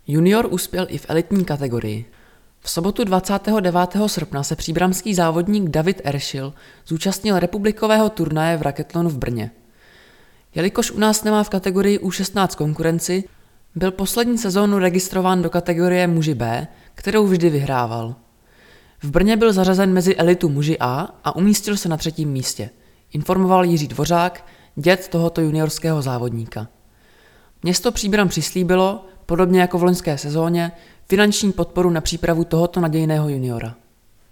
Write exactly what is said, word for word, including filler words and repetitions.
Junior uspěl i v elitní kategorii. V sobotu dvacátého devátého srpna se příbramský závodník David Eršil zúčastnil republikového turnaje v racketlonu v Brně. Jelikož u nás nemá v kategorii U šestnáct konkurenci, byl poslední sezónu registrován do kategorie muži B, kterou vždy vyhrával. V Brně byl zařazen mezi elitu muži A a umístil se na třetím místě, informoval Jiří Dvořák, děd tohoto juniorského závodníka. Město Příbram přislíbilo, podobně jako v loňské sezóně, finanční podporu na přípravu tohoto nadějného juniora.